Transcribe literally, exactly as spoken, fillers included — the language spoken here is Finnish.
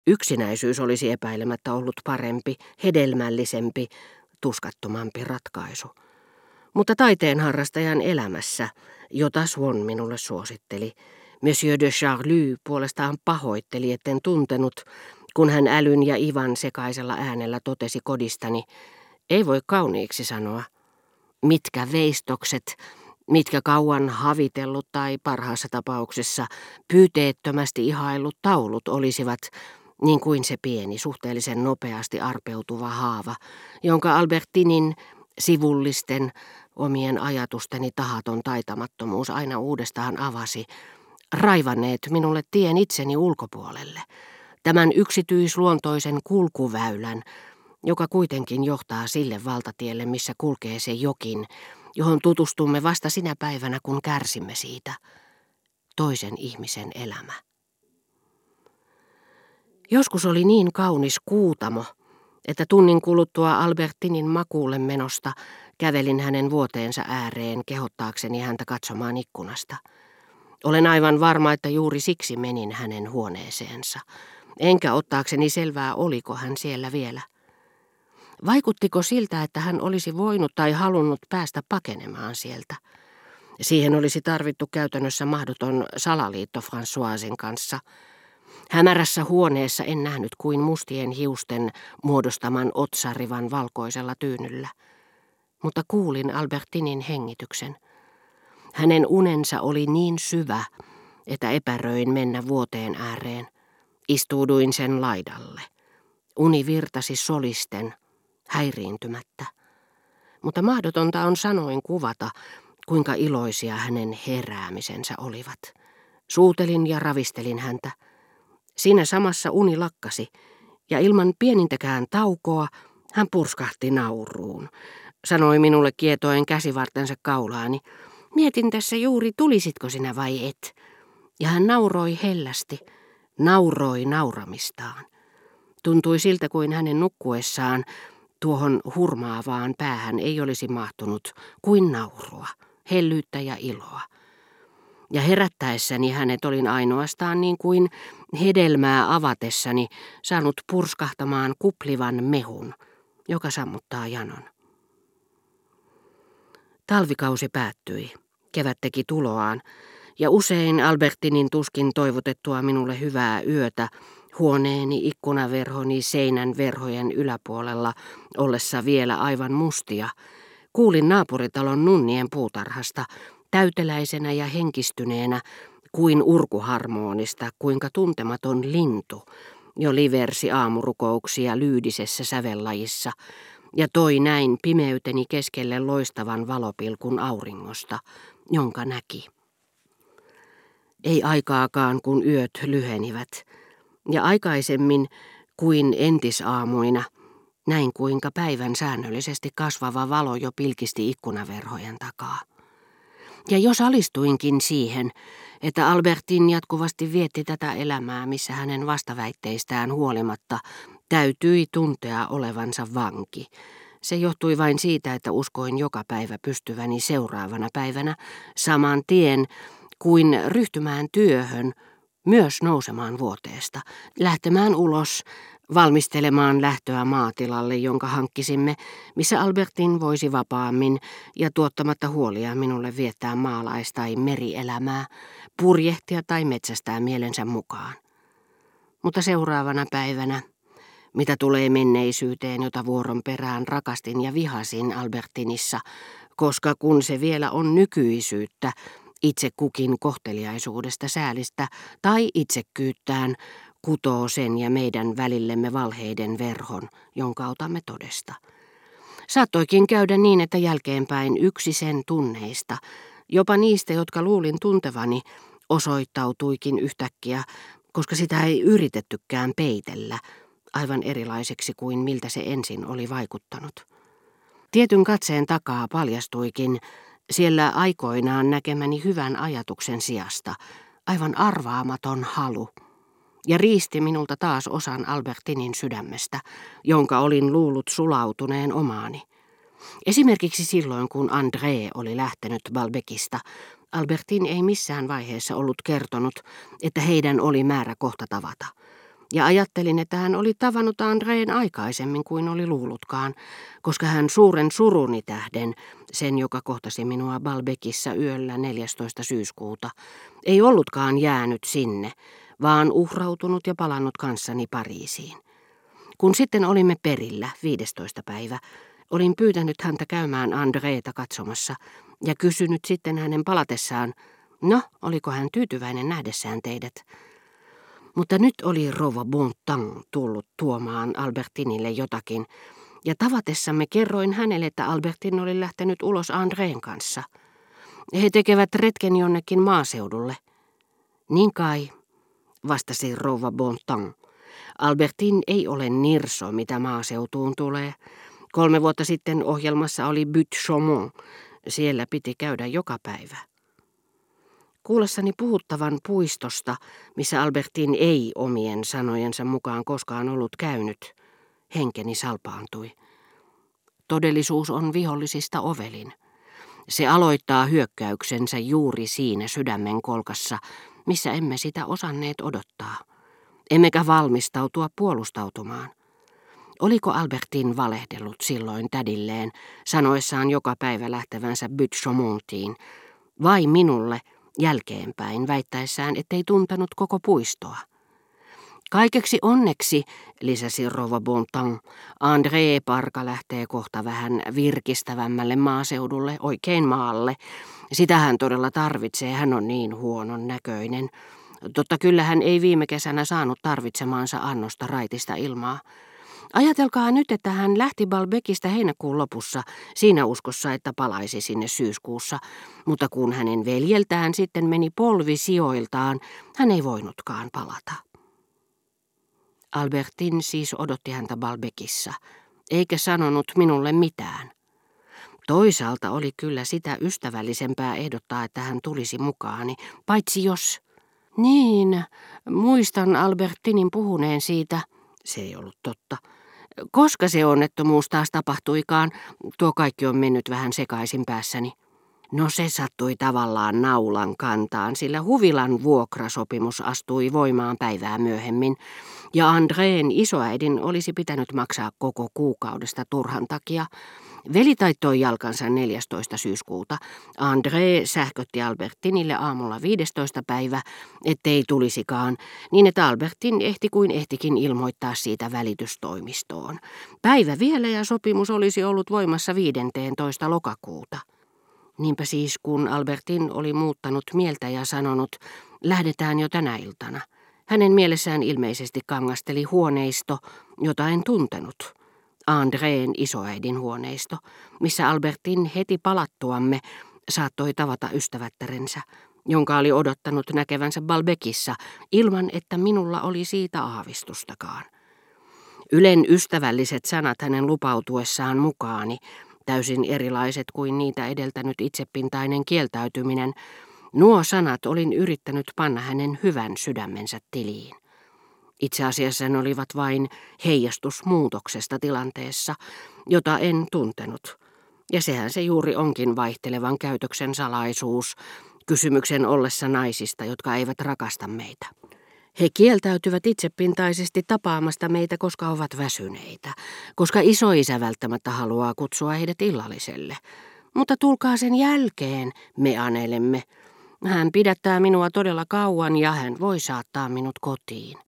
Yksinäisyys olisi epäilemättä ollut parempi, hedelmällisempi, tuskattomampi ratkaisu. Mutta taiteen harrastajan elämässä, jota Swann minulle suositteli, Monsieur de Charlus puolestaan pahoitteli, etten tuntenut, kun hän älyn ja ivan sekaisella äänellä totesi kodistani, ei voi kauniiksi sanoa. Mitkä veistokset, mitkä kauan havitellut tai parhaassa tapauksessa pyyteettömästi ihaillut taulut olisivat, niin kuin se pieni, suhteellisen nopeasti arpeutuva haava, jonka Albertinin sivullisten, omien ajatusteni tahaton taitamattomuus aina uudestaan avasi, raivanneet minulle tien itseni ulkopuolelle, tämän yksityisluontoisen kulkuväylän, joka kuitenkin johtaa sille valtatielle, missä kulkee se jokin, johon tutustumme vasta sinä päivänä, kun kärsimme siitä, toisen ihmisen elämä. Joskus oli niin kaunis kuutamo, että tunnin kuluttua Albertinin makuulle menosta kävelin hänen vuoteensa ääreen kehottaakseni häntä katsomaan ikkunasta. Olen aivan varma, että juuri siksi menin hänen huoneeseensa, enkä ottaakseni selvää, oliko hän siellä vielä. Vaikuttiko siltä, että hän olisi voinut tai halunnut päästä pakenemaan sieltä? Siihen olisi tarvittu käytännössä mahdoton salaliitto Françoisen kanssa. Hämärässä huoneessa en nähnyt kuin mustien hiusten muodostaman otsarivan valkoisella tyynyllä. Mutta kuulin Albertinin hengityksen. Hänen unensa oli niin syvä, että epäröin mennä vuoteen ääreen. Istuuduin sen laidalle. Uni virtasi solisten, häiriintymättä. Mutta mahdotonta on sanoin kuvata, kuinka iloisia hänen heräämisensä olivat. Suutelin ja ravistelin häntä. Siinä samassa uni lakkasi, ja ilman pienintäkään taukoa hän purskahti nauruun. Sanoi minulle kietoen käsivartensa kaulaani, mietin tässä juuri, tulisitko sinä vai et. Ja hän nauroi hellästi, nauroi nauramistaan. Tuntui siltä kuin hänen nukkuessaan tuohon hurmaavaan päähän ei olisi mahtunut kuin naurua, hellyyttä ja iloa. Ja herättäessäni hänet olin ainoastaan niin kuin hedelmää avatessani saanut purskahtamaan kuplivan mehun, joka sammuttaa janon. Talvikausi päättyi, kevät teki tuloaan, ja usein Albertinin tuskin toivotettua minulle hyvää yötä huoneeni ikkunaverhoni seinän verhojen yläpuolella ollessa vielä aivan mustia, kuulin naapuritalon nunnien puutarhasta täyteläisenä ja henkistyneenä kuin urkuharmonista, kuinka tuntematon lintu jo liversi aamurukouksia lyydisessä sävellajissa ja toi näin pimeyteni keskelle loistavan valopilkun auringosta, jonka näki. Ei aikaakaan, kun yöt lyhenivät, ja aikaisemmin kuin entisaamuina, näin kuinka päivän säännöllisesti kasvava valo jo pilkisti ikkunaverhojen takaa. Ja jos alistuinkin siihen, että Albertin jatkuvasti vietti tätä elämää, missä hänen vastaväitteistään huolimatta täytyi tuntea olevansa vanki, se johtui vain siitä, että uskoin joka päivä pystyväni seuraavana päivänä saman tien kuin ryhtymään työhön, myös nousemaan vuoteesta, lähtemään ulos, valmistelemaan lähtöä maatilalle, jonka hankkisimme, missä Albertin voisi vapaammin ja tuottamatta huolia minulle viettää maalais- tai merielämää, purjehtia tai metsästää mielensä mukaan. Mutta seuraavana päivänä, mitä tulee menneisyyteen, jota vuoron perään rakastin ja vihasin Albertinissa, koska kun se vielä on nykyisyyttä, itse kukin kohteliaisuudesta säälistä tai itsekkyyttään, kutoo sen ja meidän välillemme valheiden verhon, jonka otamme todesta. Saattoikin käydä niin, että jälkeenpäin yksi sen tunneista, jopa niistä, jotka luulin tuntevani, osoittautuikin yhtäkkiä, koska sitä ei yritettykään peitellä, aivan erilaiseksi kuin miltä se ensin oli vaikuttanut. Tietyn katseen takaa paljastuikin siellä aikoinaan näkemäni hyvän ajatuksen sijasta aivan arvaamaton halu, ja riisti minulta taas osan Albertinin sydämestä, jonka olin luullut sulautuneen omaani. Esimerkiksi silloin, kun André oli lähtenyt Balbekista, Albertin ei missään vaiheessa ollut kertonut, että heidän oli määrä kohta tavata. Ja ajattelin, että hän oli tavannut Andreen aikaisemmin kuin oli luullutkaan, koska hän suuren suruni tähden, sen joka kohtasi minua Balbekissa yöllä neljästoista syyskuuta, ei ollutkaan jäänyt sinne, vaan uhrautunut ja palannut kanssani Pariisiin. Kun sitten olimme perillä, viidestoista päivä, olin pyytänyt häntä käymään Andreeta katsomassa ja kysynyt sitten hänen palatessaan, no, oliko hän tyytyväinen nähdessään teidät. Mutta nyt oli rouva Bontemps tullut tuomaan Albertinille jotakin, ja tavatessamme kerroin hänelle, että Albertin oli lähtenyt ulos Andreen kanssa. He tekevät retken jonnekin maaseudulle. Niin kai, vastasi rouva Bontemps. Albertin ei ole nirso, mitä maaseutuun tulee. Kolme vuotta sitten ohjelmassa oli Butte-Chaumont. Siellä piti käydä joka päivä. Kuullessani puhuttavan puistosta, missä Albertin ei omien sanojensa mukaan koskaan ollut käynyt, henkeni salpaantui. Todellisuus on vihollisista ovelin. Se aloittaa hyökkäyksensä juuri siinä sydämen kolkassa, missä emme sitä osanneet odottaa. Emmekä valmistautua puolustautumaan. Oliko Albertin valehdellut silloin tädilleen, sanoessaan joka päivä lähtevänsä Butte-Chaumontiin, vai minulle jälkeenpäin väittäessään, ettei tuntenut koko puistoa? Kaikeksi onneksi, lisäsi rouva Bontemps, André Parka lähtee kohta vähän virkistävämmälle maaseudulle, oikein maalle. Sitä hän todella tarvitsee, hän on niin huonon näköinen. Totta kyllä hän ei viime kesänä saanut tarvitsemaansa annosta raitista ilmaa. Ajatelkaa nyt, että hän lähti Balbekista heinäkuun lopussa siinä uskossa, että palaisi sinne syyskuussa, mutta kun hänen veljeltään sitten meni polvi sijoiltaan, hän ei voinutkaan palata. Albertin siis odotti häntä Balbekissa, eikä sanonut minulle mitään. Toisaalta oli kyllä sitä ystävällisempää ehdottaa, että hän tulisi mukaani, paitsi jos... Niin, muistan Albertinin puhuneen siitä. Se ei ollut totta. Koska se onnettomuus taas tapahtuikaan, tuo kaikki on mennyt vähän sekaisin päässäni. No se sattui tavallaan naulan kantaan, sillä huvilan vuokrasopimus astui voimaan päivää myöhemmin, ja Andreen isoäidin olisi pitänyt maksaa koko kuukaudesta turhan takia. Veli taittoi jalkansa neljästoista syyskuuta. André sähkötti Albertinille aamulla viidestoista päivä, ettei tulisikaan, niin että Albertin ehti kuin ehtikin ilmoittaa siitä välitystoimistoon. Päivä vielä ja sopimus olisi ollut voimassa viidestoista lokakuuta. Niinpä siis, kun Albertin oli muuttanut mieltä ja sanonut, lähdetään jo tänä iltana. Hänen mielessään ilmeisesti kangasteli huoneisto, jota en tuntenut. Andreen isoäidin huoneisto, missä Albertin heti palattuamme saattoi tavata ystävättärensä, jonka oli odottanut näkevänsä Balbekissa, ilman että minulla oli siitä aavistustakaan. Ylen ystävälliset sanat hänen lupautuessaan mukaani, täysin erilaiset kuin niitä edeltänyt itsepintainen kieltäytyminen, nuo sanat olin yrittänyt panna hänen hyvän sydämensä tiliin. Itse asiassa ne olivat vain heijastus muutoksesta tilanteessa, jota en tuntenut. Ja sehän se juuri onkin vaihtelevan käytöksen salaisuus, kysymyksen ollessa naisista, jotka eivät rakasta meitä. He kieltäytyvät itsepintaisesti tapaamasta meitä, koska ovat väsyneitä, koska isoisä välttämättä haluaa kutsua heidät illalliselle. Mutta tulkaa sen jälkeen, me anelemme. Hän pidättää minua todella kauan ja hän voi saattaa minut kotiin.